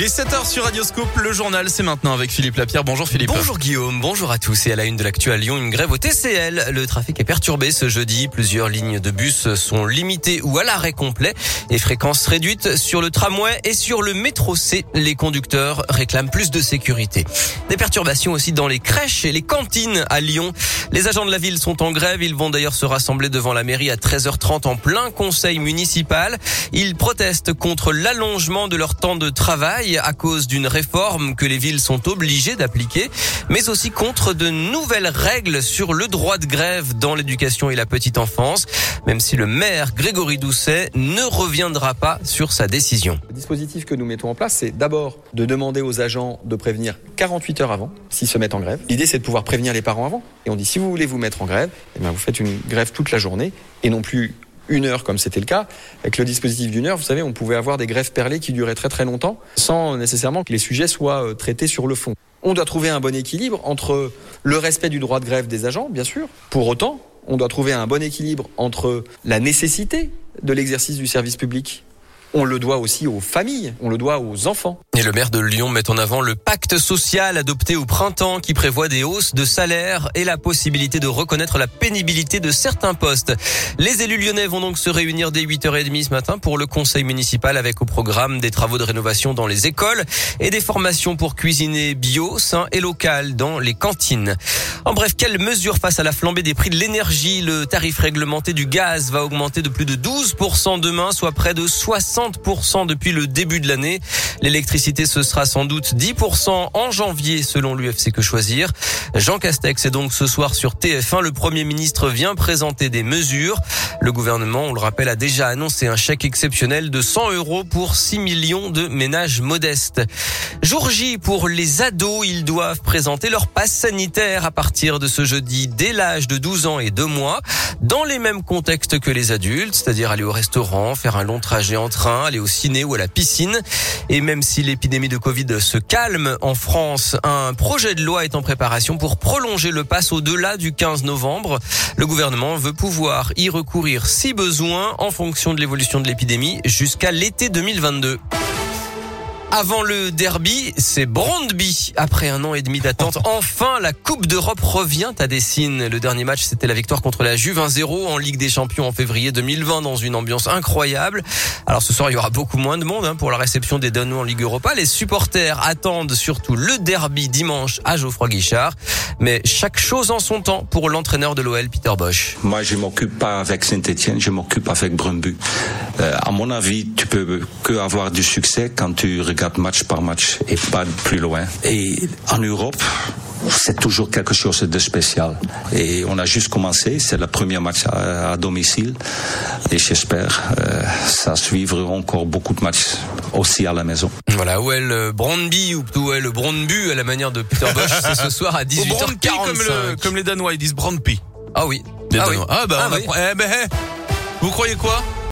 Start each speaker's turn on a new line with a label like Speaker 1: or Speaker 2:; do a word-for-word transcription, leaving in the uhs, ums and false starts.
Speaker 1: Il est sept heures sur Radioscope, le journal, c'est maintenant avec Philippe Lapierre. Bonjour Philippe.
Speaker 2: Bonjour Guillaume, bonjour à tous. Et à la une de l'actu à Lyon, une grève au T C L. Le trafic est perturbé ce jeudi. Plusieurs lignes de bus sont limitées ou à l'arrêt complet et fréquences réduites sur le tramway et sur le métro C. Les conducteurs réclament plus de sécurité. Des perturbations aussi dans les crèches et les cantines à Lyon. Les agents de la ville sont en grève. Ils vont d'ailleurs se rassembler devant la mairie à treize heures trente en plein conseil municipal. Ils protestent contre l'allongement de leur temps de travail à cause d'une réforme que les villes sont obligées d'appliquer, mais aussi contre de nouvelles règles sur le droit de grève dans l'éducation et la petite enfance, même si le maire Grégory Doucet ne reviendra pas sur sa décision.
Speaker 3: Le dispositif que nous mettons en place, c'est d'abord de demander aux agents de prévenir quarante-huit heures avant s'ils se mettent en grève. L'idée, c'est de pouvoir prévenir les parents avant. Et on dit, si vous voulez vous mettre en grève, eh bien, vous faites une grève toute la journée et non plus une heure comme c'était le cas. Avec le dispositif d'une heure, vous savez, on pouvait avoir des grèves perlées qui duraient très très longtemps sans nécessairement que les sujets soient traités sur le fond. On doit trouver un bon équilibre entre le respect du droit de grève des agents, bien sûr. Pour autant, on doit trouver un bon équilibre entre la nécessité de l'exercice du service public. On le doit aussi aux familles, on le doit aux enfants.
Speaker 2: Et le maire de Lyon met en avant le pacte social adopté au printemps qui prévoit des hausses de salaire et la possibilité de reconnaître la pénibilité de certains postes. Les élus lyonnais vont donc se réunir dès huit heures trente ce matin pour le conseil municipal avec au programme des travaux de rénovation dans les écoles et des formations pour cuisiner bio, sain et local dans les cantines. En bref, quelles mesures face à la flambée des prix de l'énergie? Le tarif réglementé du gaz va augmenter de plus de douze pour cent demain, soit près de soixante pour cent depuis le début de l'année. L'électricité, ce sera sans doute dix pour cent en janvier selon l'U F C Que Choisir. Jean Castex est donc ce soir sur T F un. Le Premier ministre vient présenter des mesures. Le gouvernement, on le rappelle, a déjà annoncé un chèque exceptionnel de cent euros pour six millions de ménages modestes. Jour J pour les ados, ils doivent présenter leur passe sanitaire à partir de ce jeudi dès l'âge de douze ans et deux mois, dans les mêmes contextes que les adultes, c'est-à-dire aller au restaurant, faire un long trajet en train, aller au ciné ou à la piscine. Et même si l'épidémie de Covid se calme en France, un projet de loi est en préparation pour prolonger le pass au-delà du quinze novembre. Le gouvernement veut pouvoir y recourir si besoin en fonction de l'évolution de l'épidémie jusqu'à l'été deux mille vingt-deux. Avant le derby, c'est Brøndby. Après un an et demi d'attente, enfin la Coupe d'Europe revient à Dessine. Le dernier match, c'était la victoire contre la Juve un zéro en Ligue des Champions en février deux mille vingt dans une ambiance incroyable. Alors ce soir, il y aura beaucoup moins de monde hein, pour la réception des Danois en Ligue Europa. Les supporters attendent surtout le derby dimanche à Geoffroy Guichard. Mais chaque chose en son temps pour l'entraîneur de l'O L, Peter Bosz.
Speaker 4: Moi, je m'occupe pas avec Saint-Etienne, je m'occupe avec Brøndby. Euh, à mon avis, tu peux que avoir du succès quand tu regardes match par match et pas plus loin. Et en Europe, c'est toujours quelque chose de spécial. Et on a juste commencé, c'est le premier match à, à domicile. Et j'espère euh, ça suivra encore beaucoup de matchs aussi à la maison.
Speaker 2: Voilà, O L Brøndby ou plutôt O L Brøndby à la manière de Peter Bosz, c'est ce soir à dix-huit heures quarante-cinq.
Speaker 1: Comme, le, comme les Danois, ils disent Brøndby.
Speaker 2: Ah oui.
Speaker 1: Les
Speaker 2: ah
Speaker 1: Danois.
Speaker 2: oui.
Speaker 1: Ah bah,
Speaker 2: ah
Speaker 1: on
Speaker 2: oui.
Speaker 1: apprend. Eh ben, vous croyez quoi?